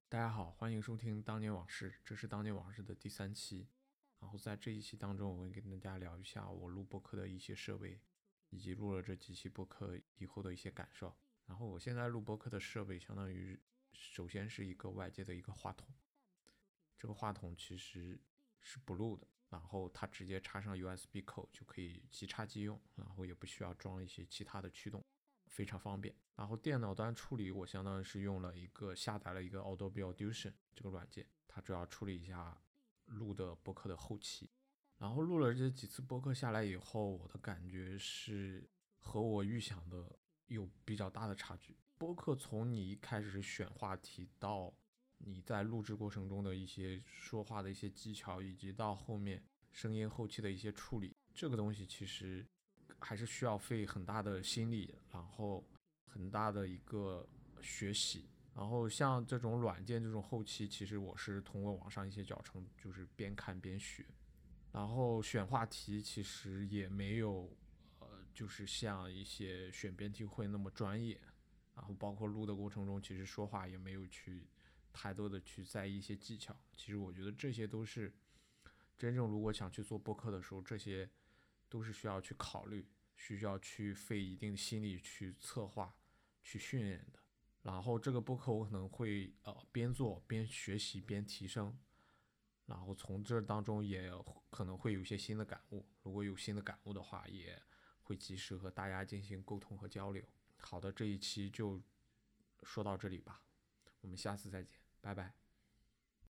大家好，欢迎收听当年往事，这是当年往事的第3期。然后在这一期当中，我会跟大家聊一下我录播客的一些设备，以及录了这几期播客以后的一些感受。然后我现在录播客的设备，相当于首先是一个外接的一个话筒，这个话筒其实是不录的，然后它直接插上 USB 口就可以即插即用，然后也不需要装一些其他的驱动，非常方便。然后电脑端处理，我相当于是用了下载了一个 Adobe Audition 这个软件，它主要处理一下录的播客的后期。然后录了这几次播客下来以后，我的感觉是和我预想的有比较大的差距。播客从你一开始选话题到你在录制过程中的一些说话的一些技巧，以及到后面声音后期的一些处理，这个东西其实还是需要费很大的心力，然后很大的一个学习。然后像这种软件这种后期，其实我是通过网上一些教程，就是边看边学。然后选话题其实也没有就是像一些选编题会那么专业。然后包括录的过程中，其实说话也没有去太多的去在意一些技巧。其实我觉得这些都是真正如果想去做播客的时候，这些都是需要去考虑，需要去费一定的心力去策划、去训练的。然后这个播客我可能会边做边学习边提升，然后从这当中也可能会有一些新的感悟。如果有新的感悟的话，也会及时和大家进行沟通和交流。好的，这一期就说到这里吧，我们下次再见，拜拜。